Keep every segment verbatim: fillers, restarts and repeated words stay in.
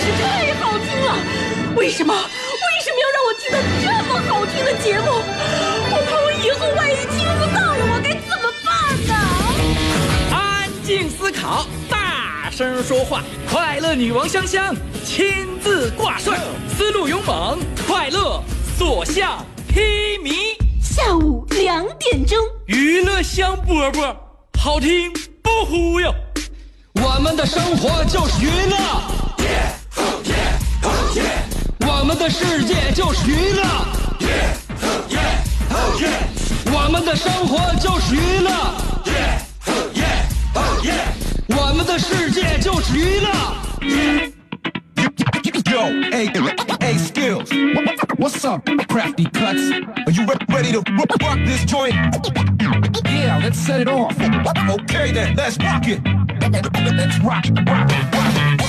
是太好听了，为什么为什么要让我听到这么好听的节目？我怕我以后万一听不到了，我该怎么办呢？ 安静思考，大声说话，快乐女王香香亲自挂帅，思路勇猛，快乐所向披靡。 下午两点钟， 娱乐香饽饽，好听不忽悠。 我们的生活就是娱乐， yeah, oh yeah, oh yeah. 我们的世界就是娱乐， yeah, oh yeah, oh yeah. 我们的生活就是娱乐， yeah, oh yeah, oh yeah. 我们的世界就是娱乐。 Yeah. Yo, hey, hey, skills. What's up, crafty cuts? Are you ready to rock this joint? Yeah, let's set it off. Okay then, let's rock it. Let's rock, rock, rock.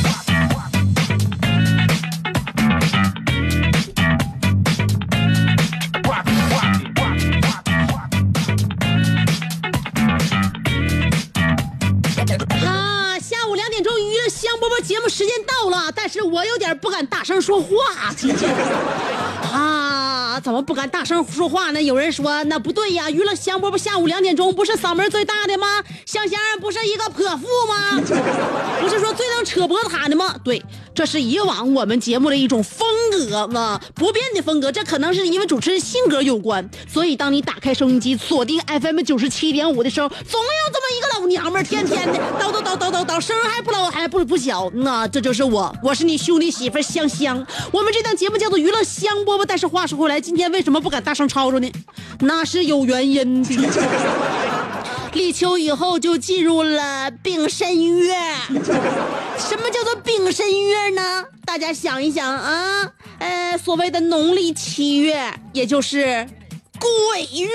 香饽饽节目时间到了，但是我有点不敢大声说话，姐姐啊，怎么不敢大声说话呢？有人说那不对呀，娱乐香饽饽下午两点钟不是嗓门最大的吗？香香不是一个泼妇吗？不是说最能扯脖子喊的吗？对，这是以往我们节目的一种风格嘛，不变的风格。这可能是因为主持人性格有关，所以当你打开收音机锁定 F M 九十七点五的时候，总有这么一个老娘们儿，天天的叨叨叨叨叨叨，声还不老还不不小。那这就是我，我是你兄弟媳妇香香。我们这档节目叫做娱乐香饽饽，但是话说回来，今天为什么不敢大声吵吵呢？那是有原因的。立秋以后就进入了丙申月，什么叫做丙申月呢？大家想一想啊，呃，所谓的农历七月，也就是鬼月，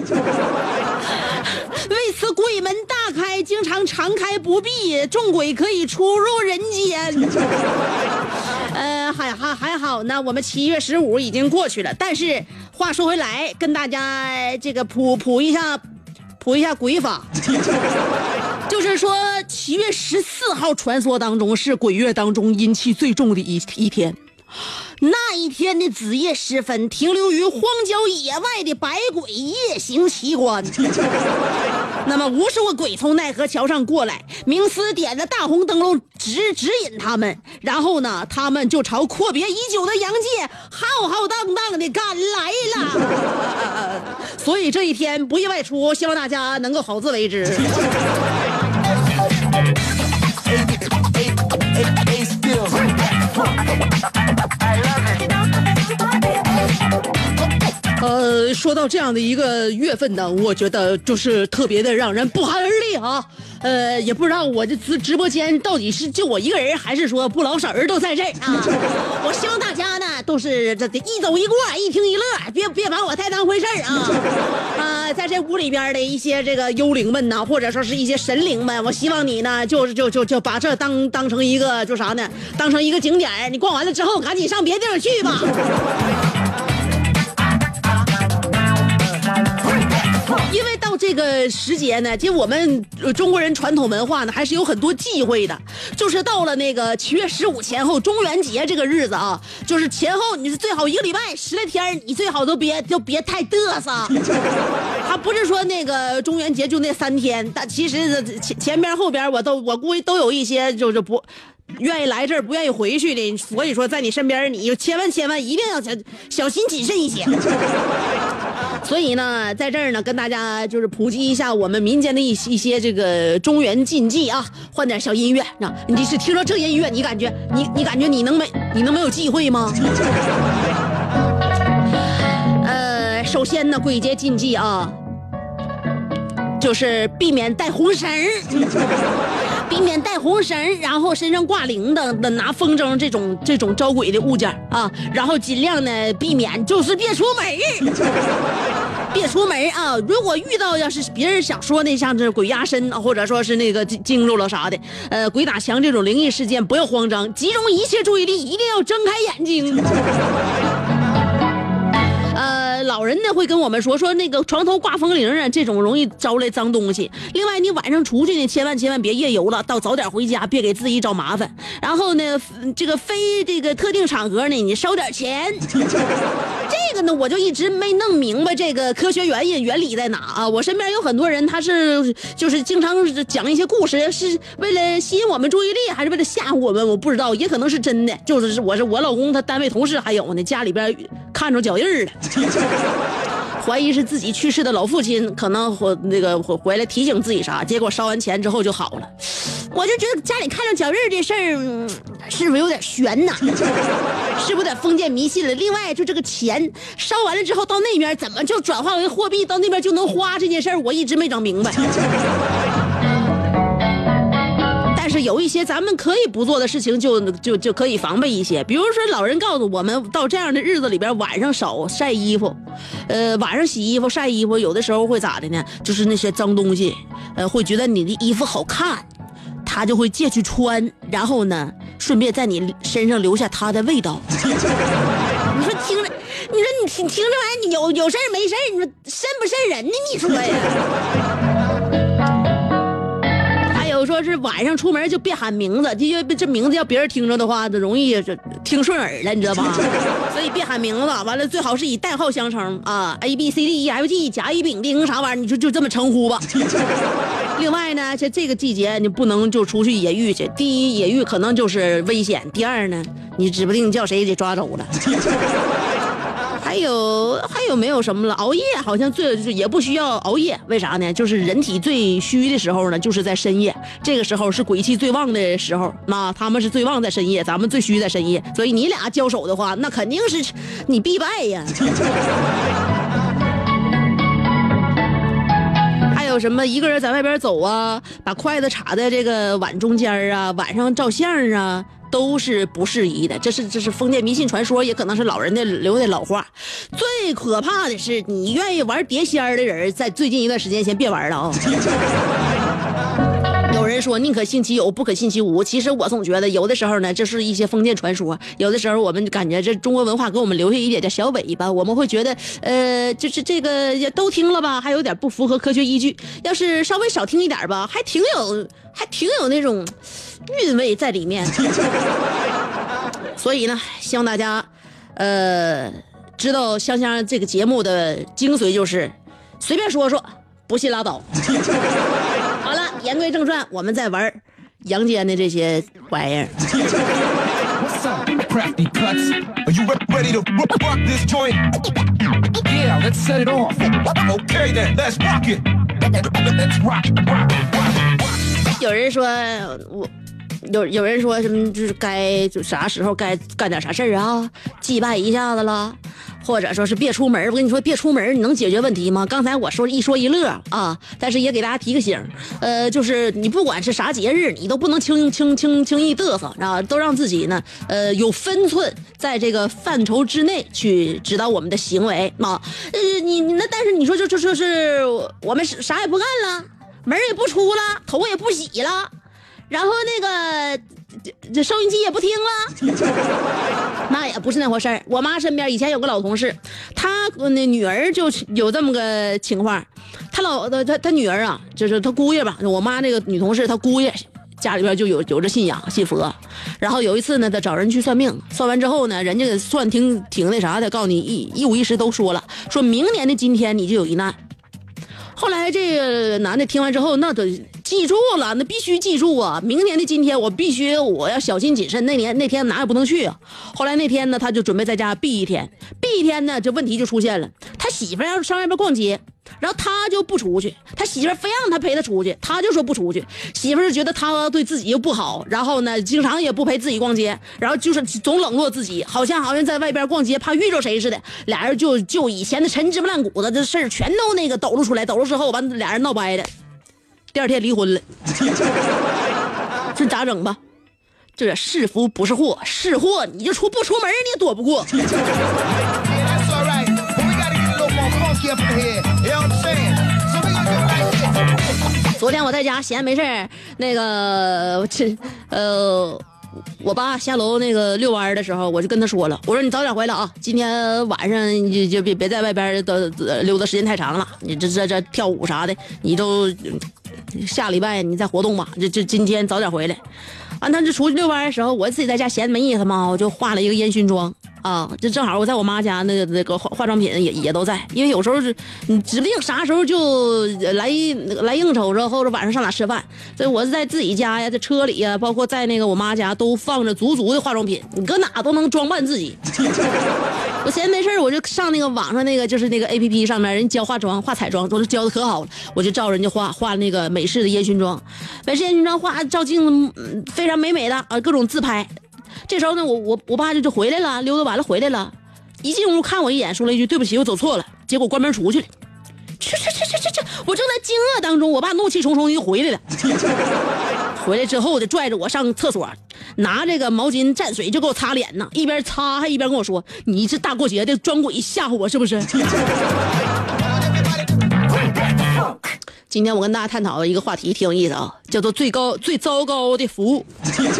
为此鬼门大开，经常常开不闭，众鬼可以出入人间。呃，还还还好呢，我们七月十五已经过去了。但是话说回来，跟大家这个普普一下。补一下鬼法，就是说七月十四号传说当中是鬼月当中阴气最重的一一天，那一天的子夜时分，停留于荒郊野外的百鬼夜行奇观。那么无数个鬼从奈何桥上过来，冥司点着大红灯笼指指引他们，然后呢，他们就朝阔别已久的阳界浩浩荡荡的赶来了。所以这一天不宜外出，希望大家能够好自为之。呃，说到这样的一个月份呢，我觉得就是特别的让人不寒而栗啊。呃，也不知道我这直直播间到底是就我一个人，还是说不老婶儿都在这儿啊。我希望大家呢都是这一走一过，一听一乐，别别把我太当回事儿啊。啊，在这屋里边的一些这个幽灵们呢，或者说是一些神灵们，我希望你呢就是就就就把这当当成一个就啥呢，当成一个景点，你逛完了之后赶紧上别的地方去吧。因为到这个时节呢，其实我们中国人传统文化呢还是有很多忌讳的，就是到了那个七月十五前后中元节这个日子啊，就是前后你最好一个礼拜十来天，你最好都别就别太嘚瑟。他不是说那个中元节就那三天，但其实前前边后边我都我估计都有一些就是不愿意来这儿不愿意回去的，所以说在你身边你千万千万一定要小小心谨慎一些。所以呢，在这儿呢，跟大家就是普及一下我们民间的一一些这个中原禁忌啊，换点小音乐。那你是听到这音乐，你感觉你你感觉你能没你能没有忌讳吗？呃，首先呢，鬼节禁忌啊，就是避免带红绳避免带红绳，然后身上挂铃铛的，拿风筝这种这种招鬼的物件啊，然后尽量呢避免，就是别出门，别出门啊！如果遇到要是别人想说那像这鬼压身，或者说是那个惊着了啥的，呃，鬼打墙这种灵异事件，不要慌张，集中一切注意力，一定要睁开眼睛。呃，老。 老人呢会跟我们说说那个床头挂风铃啊，这种容易招来脏东西。另外你晚上出去呢，千万千万别夜游了，到早点回家，别给自己找麻烦。然后呢，这个非这个特定场合呢，你收点钱。这个呢，我就一直没弄明白这个科学原因原理在哪啊！我身边有很多人，他是就是经常讲一些故事，是为了吸引我们注意力，还是为了吓唬我们？我不知道，也可能是真的。就是我是我老公他单位同事，还有呢，家里边看着脚印儿了。怀疑是自己去世的老父亲，可能回那个回来提醒自己啥，结果烧完钱之后就好了。我就觉得家里看着脚印这事儿、嗯，是不是有点悬呐？是不是有点封建迷信了？另外，就这个钱烧完了之后到那边怎么就转化为货币，到那边就能花这件事儿，我一直没整明白。但是有一些咱们可以不做的事情就，就就就可以防备一些。比如说，老人告诉我们，到这样的日子里边，晚上少晒衣服，呃，晚上洗衣服、晒衣服，有的时候会咋的呢？就是那些脏东西，呃，会觉得你的衣服好看，他就会借去穿，然后呢，顺便在你身上留下他的味道。你说听着，你说你听听这玩意儿，你有有事儿没事儿？你说瘆不瘆人呢？你说呀？有说是晚上出门就别喊名字，因为这名字要别人听着的话，就容易听顺耳了，你知道吧？所以别喊名字，完了最好是以代号相称啊 ，A B C D E F G 甲乙丙丁啥玩意儿，你就就这么称呼吧。另外呢，这这个季节你不能就出去野浴去。第一，野浴可能就是危险；第二呢，你指不定叫谁给抓走了。还有还有没有什么了？熬夜好像最也不需要熬夜，为啥呢？就是人体最虚的时候呢，就是在深夜，这个时候是鬼气最旺的时候，那他们是最旺在深夜，咱们最虚在深夜，所以你俩交手的话，那肯定是你必败呀。还有什么一个人在外边走啊，把筷子插在这个碗中间啊，晚上照相啊，都是不适宜的。这是这是封建迷信传说，也可能是老人的留的老话。最可怕的是，你愿意玩碟仙的人，在最近一段时间先别玩了啊、哦！有人说宁可信其有，不可信其无。其实我总觉得，有的时候呢，这是一些封建传说；有的时候，我们感觉这中国文化给我们留下一点点小尾巴，我们会觉得，呃，就是这个都听了吧，还有点不符合科学依据。要是稍微少听一点吧，还挺有，还挺有那种韵味在里面。所以呢，希望大家，呃，知道香香这个节目的精髓就是随便说说，不信拉倒。好了，言归正传，我们再玩阳间的这些玩意儿。 What's up, crafty cuts? Are you ready to rock this joint? Yeah, let's set it off. Okay then, let's rock it. Let's rock, rock, rock, rock. 有人说我。有有人说什么就是该就啥时候该干点啥事儿啊，祭拜一下子了，或者说是别出门。我跟你说别出门，你能解决问题吗？刚才我说一说一乐啊，但是也给大家提个醒，呃，就是你不管是啥节日，你都不能轻轻轻轻易嘚瑟啊，都让自己呢呃有分寸，在这个范畴之内去指导我们的行为啊。呃，你那但是你说就就说是我们啥也不干了，门也不出了，头也不洗了。然后那个这这收音机也不听了，那也不是那回事儿。我妈身边以前有个老同事，她那女儿就有这么个情况，她老她她女儿啊，就是她姑爷吧，我妈那个女同事，她姑爷家里边就有有着信仰，信佛。然后有一次呢，她找人去算命，算完之后呢，人家算挺挺那啥的，告诉你一一五一十都说了，说明年的今天你就有一难。后来这个男的听完之后，那都记住了，那必须记住啊！明年的今天，我必须我要小心谨慎。那年那天哪也不能去啊。后来那天呢，他就准备在家避一天，避一天呢，这问题就出现了。他媳妇要上外边逛街，然后他就不出去，他媳妇非让他陪他出去，他就说不出去。媳妇就觉得他对自己又不好，然后呢，经常也不陪自己逛街，然后就是总冷落自己，好像好像在外边逛街怕遇着谁似的。俩人就就以前的陈芝麻烂谷子这事儿全都那个抖露出来，抖露之后完俩人闹掰了，第二天离婚了。这咋整吧？这是福不是祸，是祸你就出不出门你也躲不过。昨天我在家闲没事那个这呃我爸下楼那个遛弯的时候，我就跟他说了，我说你早点回来啊，今天晚上你就别别在外边的溜达时间太长了，你这这这跳舞啥的，你都下礼拜你再活动吧，这这今天早点回来。完，他这出去遛弯的时候，我自己在家闲没意思嘛，我就化了一个烟熏妆啊，这正好我在我妈家那个那个化化妆品也也都在，因为有时候是你指不定啥时候就来来应酬着，或者晚上上哪吃饭，所以我是在自己家呀，在车里呀，包括在那个我妈家都放着足足的化妆品，你搁哪都能装扮自己。我闲没事我就上那个网上那个就是那个 A P P 上面人教化妆化彩妆都是教的可好了，我就照人家画画那个美式的烟熏妆，美式烟熏妆画照镜子非常美美的啊，各种自拍。这时候呢，我我我爸就就回来了，溜达完了回来了，一进屋看我一眼，说了一句对不起，我走错了，结果关门出去了。去去去去去去！我正在惊愕当中，我爸怒气冲冲的就回来了。回来之后就拽着我上厕所，拿这个毛巾蘸水就给我擦脸呢，一边擦还一边跟我说：“你这大过节的装鬼吓唬我是不是？”今天我跟大家探讨一个话题挺有意思啊，叫做最高最糟糕的服务。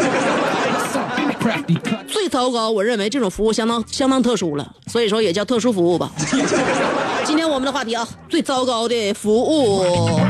最糟糕，我认为这种服务相当相当特殊了，所以说也叫特殊服务吧。今天我们的话题啊，最糟糕的服务。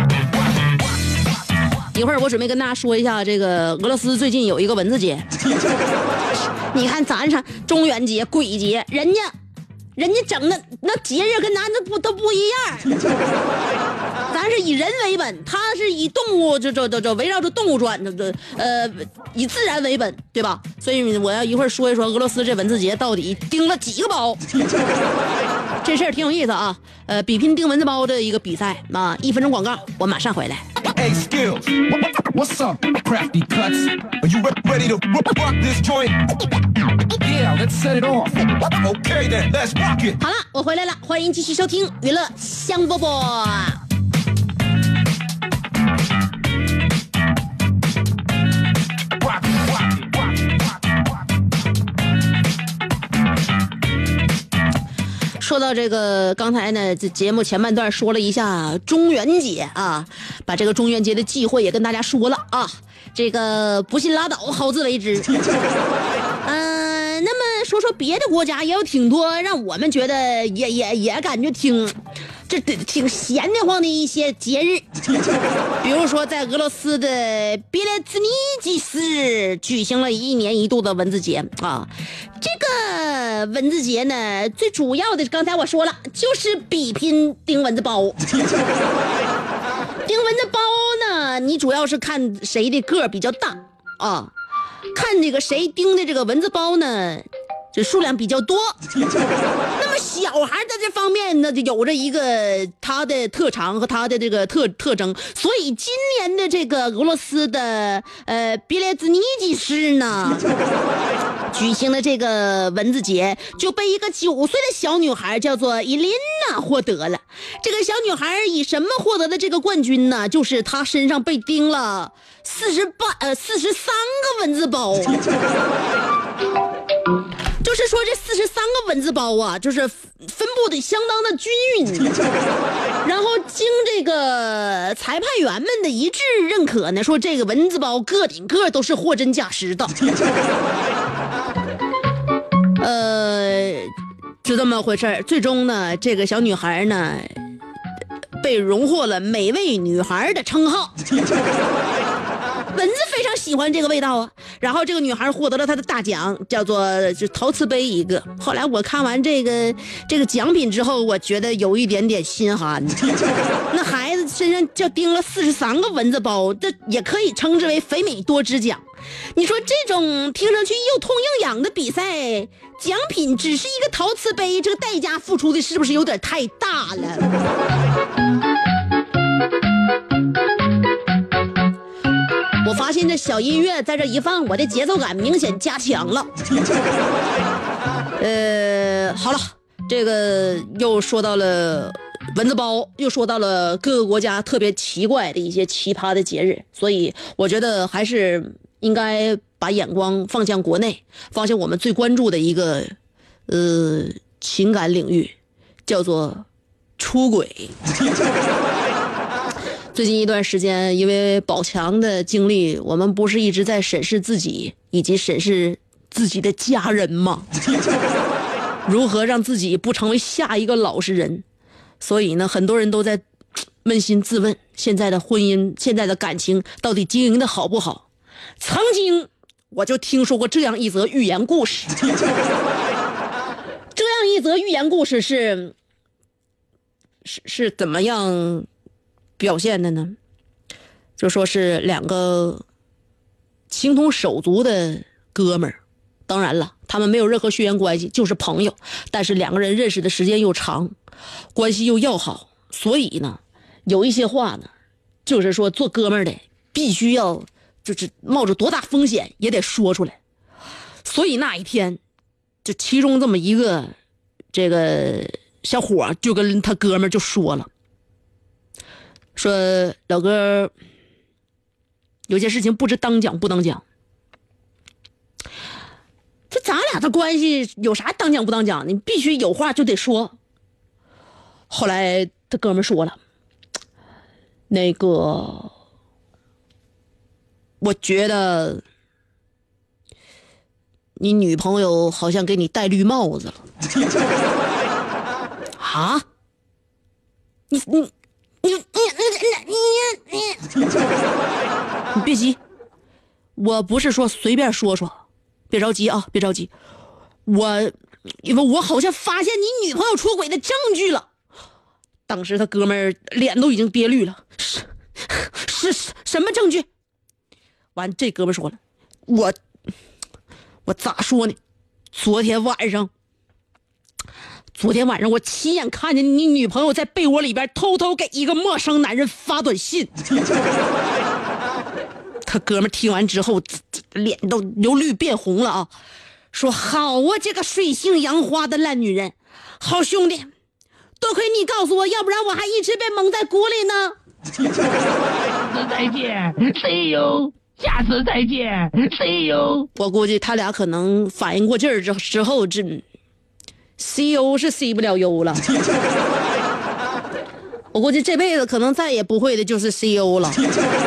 一会儿我准备跟大家说一下，这个俄罗斯最近有一个蚊子节。你看咱上中元节、鬼节，人家人家整的那节日跟咱这不都不一样。咱是以人为本，他是以动物这这这这围绕着动物转，这这呃以自然为本，对吧？所以我要一会儿说一说俄罗斯这蚊子节到底叮了几个包。这事儿挺有意思啊，呃，比拼叮蚊子包的一个比赛啊，一分钟广告，我马上回来。 Hey, Skills, what's up, crafty cuts? Are you ready to rock this joint? Yeah, let's set it off. Okay then, let's rock it. 好了，我回来了，欢迎继续收听娱乐香饽饽。说到这个，刚才呢，这节目前半段说了一下中元节啊，把这个中元节的忌讳也跟大家说了啊。这个不信拉倒，好自为之。嗯、呃，那么说说别的国家也有挺多让我们觉得也也也感觉挺，这挺闲得慌的一些节日。比如说在俄罗斯的别列兹尼基斯举行了一年一度的蚊子节啊。这个蚊子节呢，最主要的刚才我说了，就是比拼叮蚊子包。叮蚊子包呢，你主要是看谁的个儿比较大啊，看这个谁叮的这个蚊子包呢，这数量比较多。那么小孩在这方面呢，就有着一个他的特长和他的这个特特征，所以今年的这个俄罗斯的呃别列兹尼基斯呢举行的这个蚊子节，就被一个九岁的小女孩叫做伊琳娜获得了。这个小女孩以什么获得的这个冠军呢？就是她身上被叮了四十八呃四十三个蚊子包。就是说这四十三个蚊子包啊，就是分布的相当的均匀，然后经这个裁判员们的一致认可呢，说这个蚊子包个顶个都是货真价实的。呃，就这么回事儿。最终呢，这个小女孩呢，被荣获了美味女孩的称号。蚊子非常喜欢这个味道啊，然后这个女孩获得了她的大奖，叫做就陶瓷杯一个。后来我看完这个这个奖品之后，我觉得有一点点心寒。那孩子身上就叮了四十三个蚊子包，这也可以称之为肥美多汁奖。你说这种听上去又痛又痒的比赛，奖品只是一个陶瓷杯，这个代价付出的是不是有点太大了？我发现这小音乐在这一放，我的节奏感明显加强了。呃，好了，这个又说到了蚊子包，又说到了各个国家特别奇怪的一些奇葩的节日，所以我觉得还是应该把眼光放向国内，放向我们最关注的一个呃情感领域，叫做出轨。 最近一段时间，因为宝强的经历，我们不是一直在审视自己以及审视自己的家人吗？如何让自己不成为下一个老实人？所以呢，很多人都在扪心自问，现在的婚姻，现在的感情到底经营的好不好？曾经我就听说过这样一则寓言故事。这样一则寓言故事是是是怎么样表现的呢？就说是两个情同手足的哥们儿，当然了，他们没有任何血缘关系，就是朋友，但是两个人认识的时间又长，关系又要好，所以呢，有一些话呢，就是说做哥们儿的必须要就是冒着多大风险也得说出来。所以那一天，就其中这么一个这个小伙就跟他哥们儿就说了，说老哥，有些事情不知当讲不当讲，这咱俩的关系有啥当讲不当讲，你必须有话就得说。后来他哥们儿说了，那个我觉得你女朋友好像给你戴绿帽子了。啊？你你你你你你你你别急，我不是说随便说说，别着急啊，别着急。我因为我好像发现你女朋友出轨的证据了。当时他哥们儿脸都已经憋绿了，是是什么证据？完，这哥们儿说了，我我咋说呢？昨天晚上，昨天晚上我亲眼看见你女朋友在被窝里边偷偷给一个陌生男人发短信。他哥们儿听完之后，脸都由绿变红了啊，说好啊，这个水性杨花的烂女人，好兄弟，多亏你告诉我，要不然我还一直被蒙在鼓里呢。 再见 ，See you。下次再见 ，See you。 我估计他俩可能反应过劲儿之之后，这 C U 是 C 不了 U 了。我估计这辈子可能再也不会的就是 C U 了。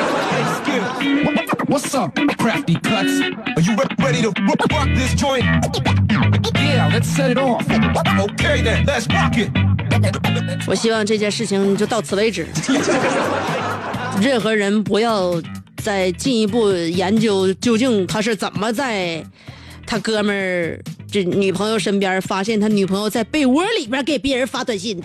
What's up, crafty cuts? Are you ready to rock this joint? Yeah, let's set it off. Okay then, let's rock it. 我希望这件事情就到此为止，任何人不要再进一步研究究竟他是怎么在他哥们儿这女朋友身边发现他女朋友在被窝里边给别人发短信的。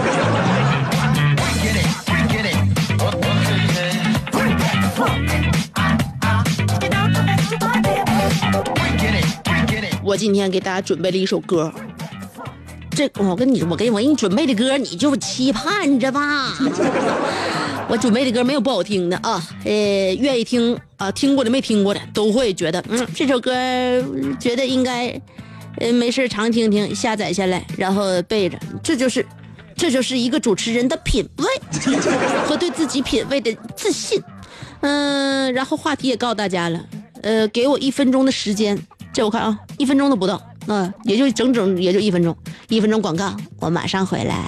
我今天给大家准备了一首歌，这我跟你我给我给你准备的歌你就期盼着吧。我准备的歌没有不好听的啊，呃，愿意听啊，听过的没听过的都会觉得，嗯，这首歌觉得应该，呃，没事常听听，下载下来，然后背着，这就是，这就是一个主持人的品味和对自己品味的自信。嗯、呃，然后话题也告诉大家了，呃，给我一分钟的时间，这我看啊，一分钟都不到，那、呃、也就整整也就一分钟，一分钟广告，我马上回来。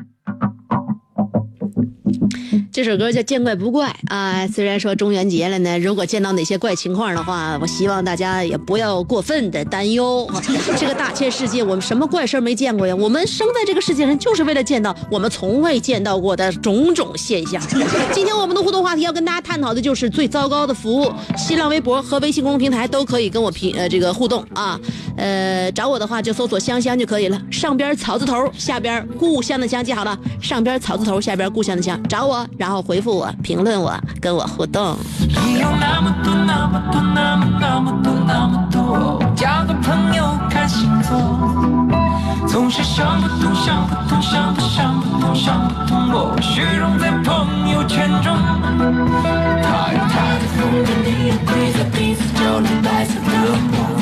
这首歌叫见怪不怪啊！虽然说中元节了呢，如果见到哪些怪情况的话，我希望大家也不要过分的担忧。这个大千世界，我们什么怪事没见过呀？我们生在这个世界上，就是为了见到我们从未见到过的种种现象。今天我们的互动话题要跟大家探讨的就是最糟糕的服务。新浪微博和微信公众平台都可以跟我评呃这个互动啊。呃，找我的话就搜索香香就可以了，上边草字头，下边故乡的乡，记好了，上边草字头，下边故乡的乡，找我，然后回复我，评论我，跟我互动。 你有那么多那么多那么那么多那么多，交个朋友看星座，总是想不通想不通想不想不通想不通我虚荣在朋友圈中，他有他的风格，你有你的，彼此就能白色的梦。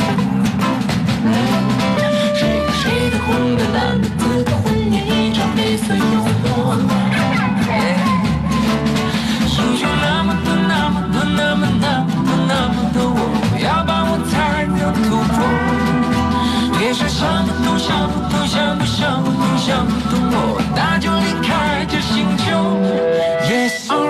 谁和谁的红的蓝的紫的混演一场绿色幽默，英雄那么多那么多那么那么多那么多，我要把我才能突破。别说想不通想不通想不想不通想不通我，那就离开这星球。Yes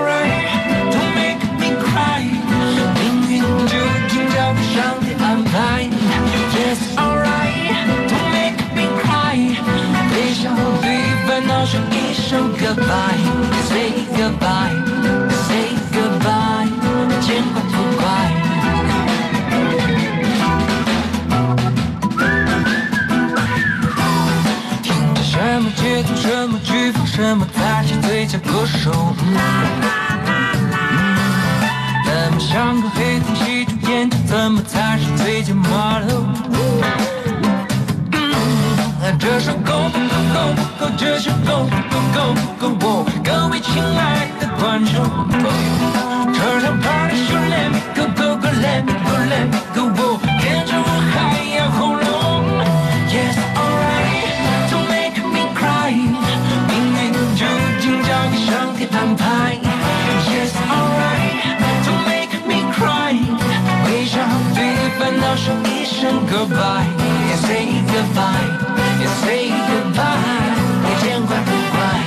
歌手。嗯怎么像个黑洞吸出烟就怎么才是最佳 model？ 嗯，这首够不够够不够？这首够不够够不够？我各位亲爱的观众，这场 party show let me go go go let me go let me go， 我跟着我还要喉咙。Yes alright， don't make me cry， 命运注定交给上天安排。Yes alright。微笑对烦恼说一声 goodbye， 也 say goodbye， 也 say goodbye， 也见怪不怪。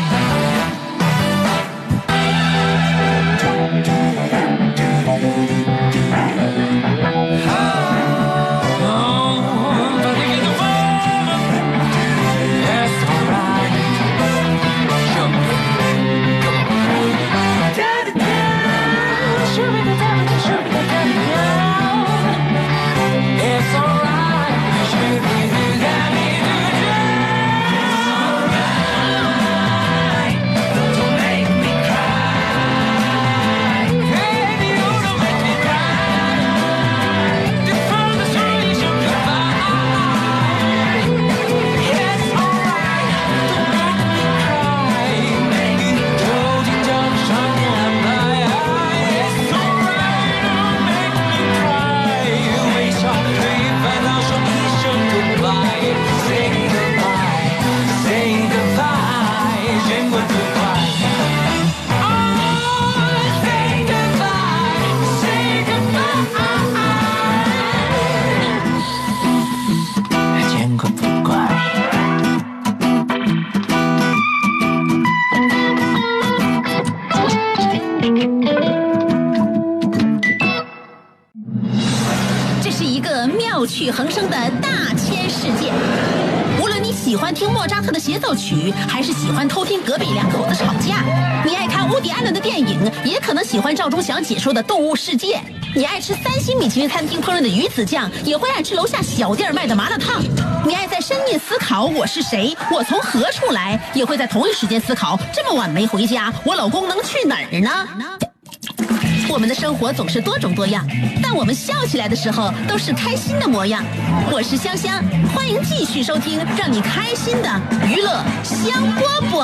恒生的大千世界，无论你喜欢听莫扎特的协奏曲，还是喜欢偷听隔壁两口子吵架，你爱看乌迪·艾伦的电影，也可能喜欢赵忠祥解说的《动物世界》，你爱吃三星米其林餐厅烹饪的鱼子酱，也会爱吃楼下小店卖的麻辣烫。你爱在深夜思考我是谁，我从何处来，也会在同一时间思考这么晚没回家，我老公能去哪儿呢？我们的生活总是多种多样，但我们笑起来的时候都是开心的模样。我是香香，欢迎继续收听让你开心的娱乐香饽饽。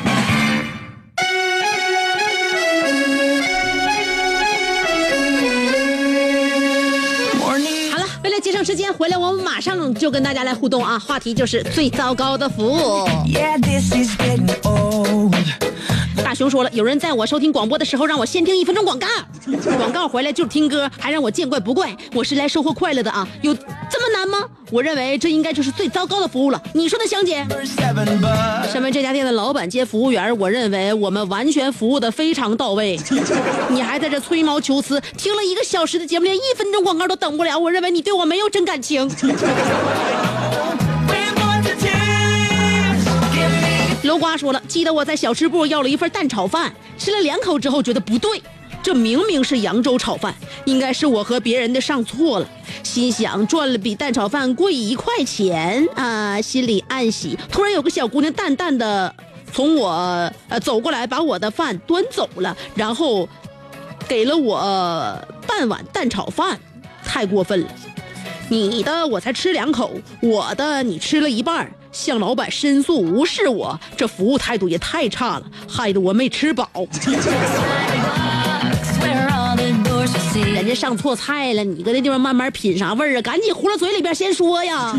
好了，为了节省时间，回来我们马上就跟大家来互动啊！话题就是最糟糕的服务。Yeah, this is getting old.大熊说了，有人在我收听广播的时候让我先听一分钟广告，广告回来就听歌，还让我见怪不怪。我是来收获快乐的啊，有这么难吗？我认为这应该就是最糟糕的服务了。你说呢，香姐？身为这家店的老板兼服务员，我认为我们完全服务的非常到位。你还在这吹毛求疵，听了一个小时的节目，连一分钟广告都等不了，我认为你对我没有真感情。楼瓜说了，记得我在小吃部要了一份蛋炒饭，吃了两口之后觉得不对，这明明是扬州炒饭，应该是我和别人的上错了，心想赚了比蛋炒饭贵一块钱啊，心里暗喜。突然有个小姑娘淡淡的从我呃走过来，把我的饭端走了，然后给了我半碗蛋炒饭，太过分了。你的我才吃两口，我的你吃了一半，向老板申诉无视我，这服务态度也太差了，害得我没吃饱。人家上错菜了，你搁那地方慢慢品啥味儿啊？赶紧糊到嘴里边先说呀。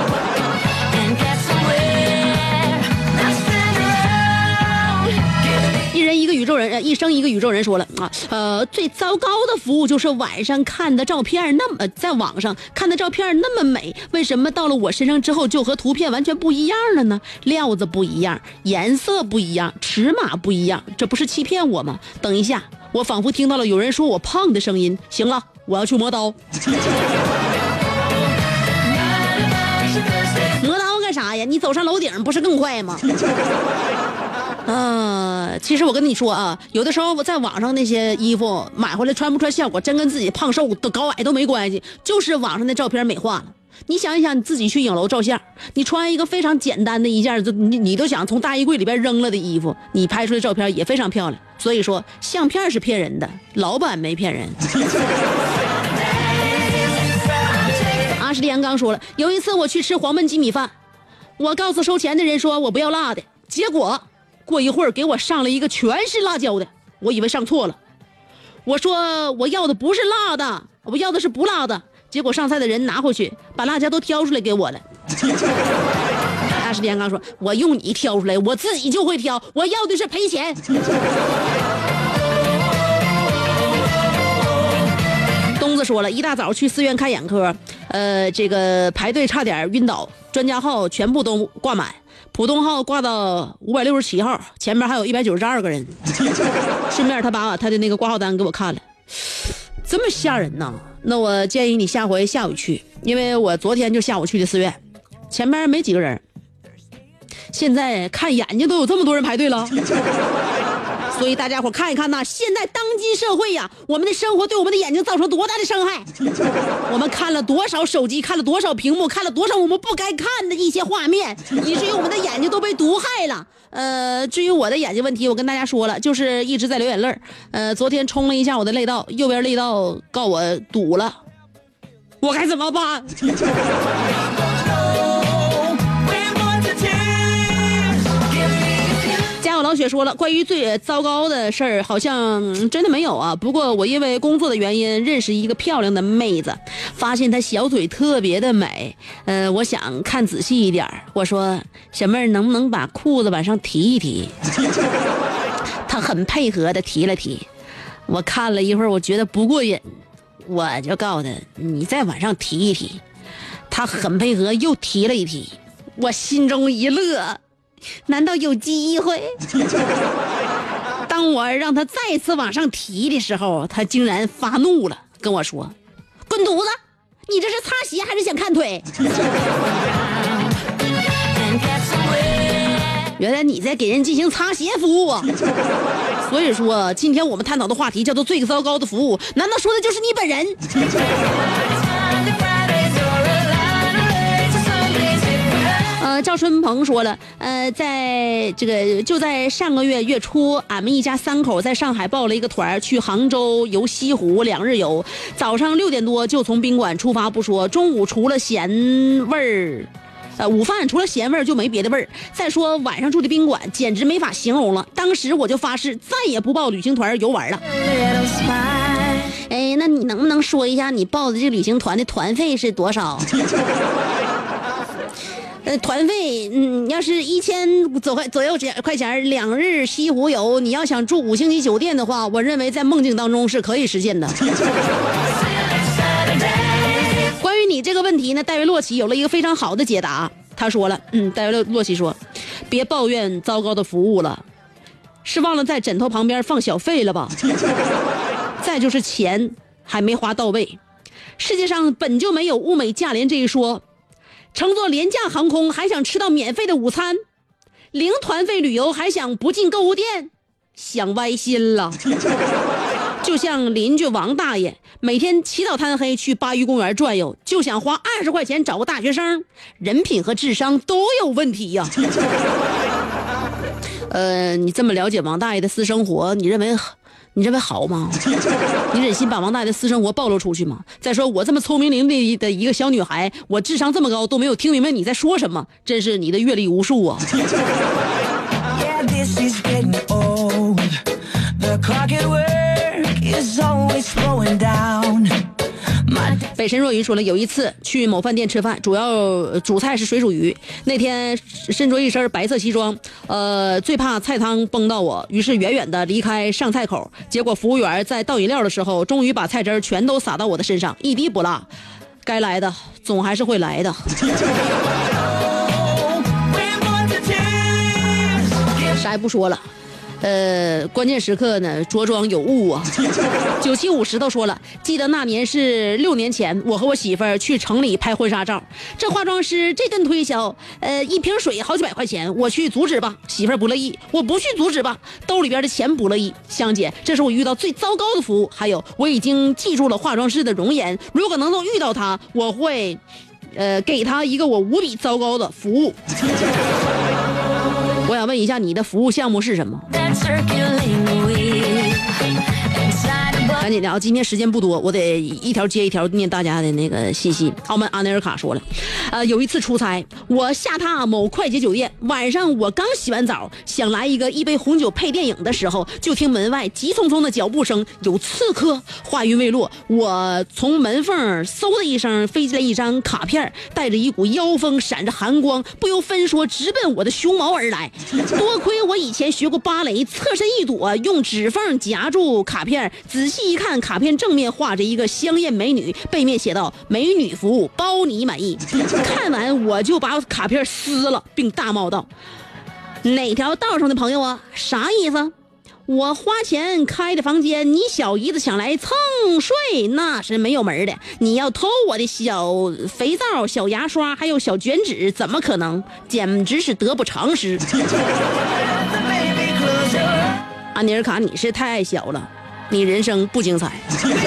一人一个宇宙人，一生一个宇宙人说了啊，呃，最糟糕的服务就是晚上看的照片那么，在网上看的照片那么美，为什么到了我身上之后就和图片完全不一样了呢？料子不一样，颜色不一样，尺码不一样，这不是欺骗我吗？等一下，我仿佛听到了有人说我胖的声音。行了，我要去磨刀。磨刀干啥呀？你走上楼顶不是更快吗？呃，其实我跟你说啊，有的时候我在网上那些衣服买回来穿不穿效果，真跟自己胖瘦的高矮都没关系，就是网上的照片美化了。 你想一想，你自己去影楼照相，你穿一个非常简单的一件，你你都想从大衣柜里边扔了的衣服，你拍出来的照片也非常漂亮。所以说，相片是骗人的，老板没骗人。阿什利安刚说了，有一次我去吃黄焖鸡米饭，我告诉收钱的人说我不要辣的，结果过一会儿给我上了一个全是辣椒的，我以为上错了，我说我要的不是辣的，我要的是不辣的。结果上菜的人拿回去，把辣椒都挑出来给我了。阿什利安刚说：“我用你挑出来，我自己就会挑，我要的是赔钱。”东子说了，一大早去寺院看眼科，呃，这个排队差点晕倒，专家号全部都挂满，普通号挂到五百六十七号，前面还有一百九十二个人。顺便他把他的那个挂号单给我看了，这么吓人呢？那我建议你下回下午去，因为我昨天就下午去的寺院，前边没几个人，现在看眼睛都有这么多人排队了。所以大家伙看一看呐，现在当今社会呀，我们的生活对我们的眼睛造成多大的伤害？我们看了多少手机，看了多少屏幕，看了多少我们不该看的一些画面，以至于我们的眼睛都被毒害了。呃，至于我的眼睛问题，我跟大家说了，就是一直在流眼泪。呃，昨天冲了一下我的泪道，右边泪道告我堵了，我该怎么办？家有老雪说了，关于最糟糕的事儿，好像真的没有啊。不过我因为工作的原因认识一个漂亮的妹子，发现她小腿特别的美。呃，我想看仔细一点，我说小妹儿能不能把裤子往上提一提？她很配合的提了提。我看了一会儿，我觉得不过瘾，我就告诉她你再往上提一提。她很配合，又提了一提。我心中一乐。难道有机会？当我让他再次往上提的时候，他竟然发怒了，跟我说：“滚犊子！你这是擦鞋还是想看腿？”原来你在给人进行擦鞋服务啊！所以说，今天我们探讨的话题叫做最糟糕的服务，难道说的就是你本人？呃，赵春鹏说了，呃，在这个就在上个月月初，俺们一家三口在上海报了一个团去杭州游西湖两日游，早上六点多就从宾馆出发不说，中午除了咸味儿，呃，午饭除了咸味儿就没别的味儿。再说晚上住的宾馆简直没法形容了，当时我就发誓再也不报旅行团游玩了。哎，那你能不能说一下你报的这个旅行团的团费是多少？呃，团费，嗯，要是一千左左右块钱，两日西湖游，你要想住五星级酒店的话，我认为在梦境当中是可以实现的。关于你这个问题呢，戴维洛奇有了一个非常好的解答。他说了，嗯，戴维洛奇说，别抱怨糟糕的服务了，是忘了在枕头旁边放小费了吧？再就是钱还没花到位。世界上本就没有物美价廉这一说。乘坐廉价航空还想吃到免费的午餐，零团费旅游还想不进购物店，想歪心了。就像邻居王大爷每天起早贪黑去鲅鱼公园转悠，就想花二十块钱找个大学生，人品和智商都有问题呀、啊。呃，你这么了解王大爷的私生活，你认为你认为好吗？你忍心把王大爷的私生活暴露出去吗？再说我这么聪明伶俐的一个小女孩，我智商这么高都没有听明白你在说什么，真是你的阅历无数啊。Yeah, this is getting old. The clock at work is always slowing down. 北辰若云说了，有一次去某饭店吃饭，主要主菜是水煮鱼。那天身着一身白色西装，呃，最怕菜汤崩到我，于是远远的离开上菜口。结果服务员在倒饮料的时候，终于把菜汁全都洒到我的身上，一滴不落。该来的总还是会来的。啥也不说了。呃，关键时刻呢，着装有误啊。九七五石头说了，记得那年是六年前，我和我媳妇儿去城里拍婚纱照，这化妆师这顿推销，呃，一瓶水好几百块钱，我去阻止吧，媳妇儿不乐意，我不去阻止吧，兜里边的钱不乐意。香姐，这是我遇到最糟糕的服务。还有，我已经记住了化妆师的容颜，如果能够遇到他，我会呃，给他一个我无比糟糕的服务。我想问一下，你的服务项目是什么？赶紧的啊！今天时间不多，我得一条接一条念大家的那个信息。澳门阿内尔卡说了，呃，有一次出差，我下榻某快捷酒店，晚上我刚洗完澡，想来一个一杯红酒配电影的时候，就听门外急匆匆的脚步声，有刺客。话音未落，我从门缝嗖的一声飞进来一张卡片，带着一股妖风，闪着寒光，不由分说直奔我的胸毛而来。多亏我以前学过芭蕾，侧身一躲，用指缝夹住卡片，仔细一看，卡片正面画着一个香艳美女，背面写道：美女服务，包你满意。看完我就把卡片撕了，并大骂道：哪条道上的朋友啊？啥意思？我花钱开的房间，你小姨子想来蹭睡，那是没有门的。你要偷我的小肥皂、小牙刷还有小卷纸，怎么可能？简直是得不偿失。安尼尔卡，你是太爱小了，你人生不精彩。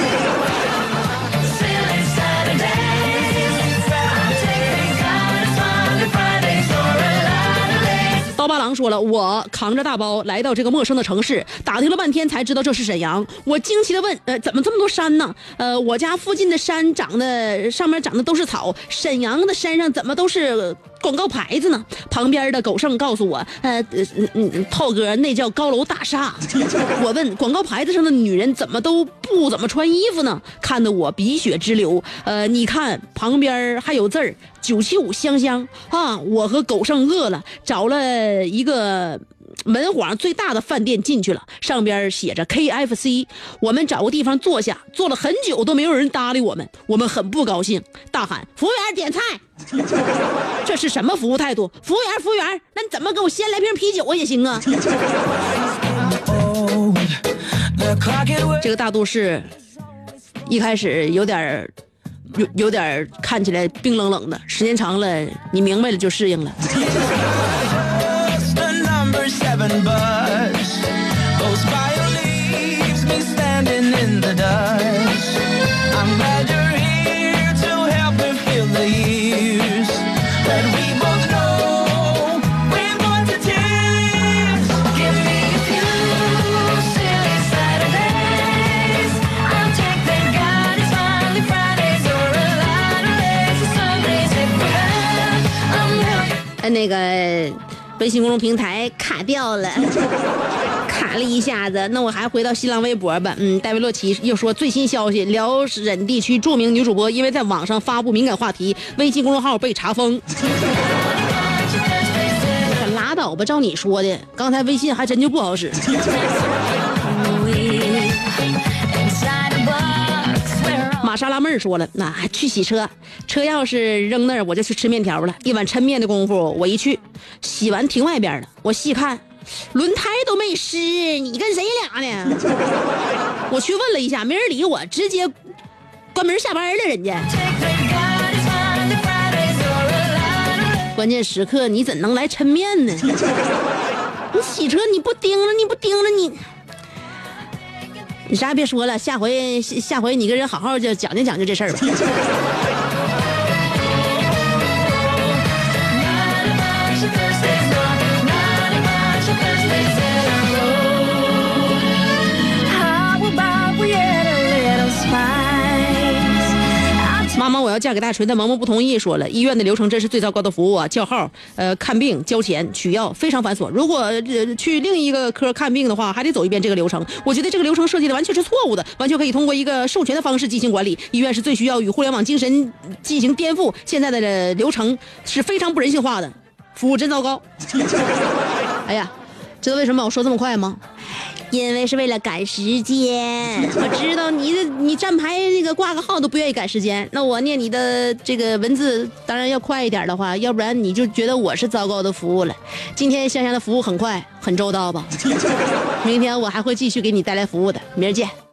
刀疤狼说了，我扛着大包来到这个陌生的城市，打听了半天才知道这是沈阳。我惊奇的问，呃，怎么这么多山呢？呃，我家附近的山长得上面长的都是草，沈阳的山上怎么都是广告牌子呢？旁边的狗剩告诉我，呃，嗯嗯，涛哥，那叫高楼大厦。我问，广告牌子上的女人怎么都不怎么穿衣服呢？看得我鼻血直流。呃，你看旁边还有字儿，九七五香香啊！我和狗剩饿了，找了一个门晃最大的饭店进去了，上边写着 K F C。 我们找个地方坐下，坐了很久都没有人搭理我们，我们很不高兴，大喊服务员点菜。这是什么服务态度？服务员服务员，那你怎么给我先来瓶啤酒也行啊？这个大都市一开始有点有有点看起来冰冷冷的，时间长了你明白了就适应了。那个微信公众平台卡掉了，卡了一下子，那我还回到新浪微博吧。嗯，戴维洛奇又说最新消息，辽沈地区著名女主播因为在网上发布敏感话题，微信公众号被查封。可拉倒吧，照你说的，刚才微信还真就不好使。玛莎拉妹儿说了，那、啊、去洗车，车钥匙扔那儿，我就去吃面条了。一碗抻面的功夫，我一去，洗完停外边了。我细看，轮胎都没湿，你跟谁俩呢？我去问了一下，没人理我，直接关门下班了。人家关键时刻你怎能来抻面呢？你洗车你不盯着，你不盯着你。你啥也别说了，下回下回你跟人好好就讲究讲究这事儿吧。妈妈，我要嫁给大锤的萌萌不同意，说了医院的流程真是最糟糕的服务啊！叫号、呃看病、交钱、取药，非常繁琐。如果、呃、去另一个科看病的话，还得走一遍这个流程。我觉得这个流程设计的完全是错误的，完全可以通过一个授权的方式进行管理。医院是最需要与互联网精神进行颠覆，现在的流程是非常不人性化的，服务真糟糕。哎呀，知道为什么我说这么快吗？因为是为了赶时间。我知道你的你站牌那个挂个号都不愿意赶时间，那我念你的这个文字当然要快一点的话，要不然你就觉得我是糟糕的服务了。今天香香的服务很快很周到吧？明天我还会继续给你带来服务的，明儿见。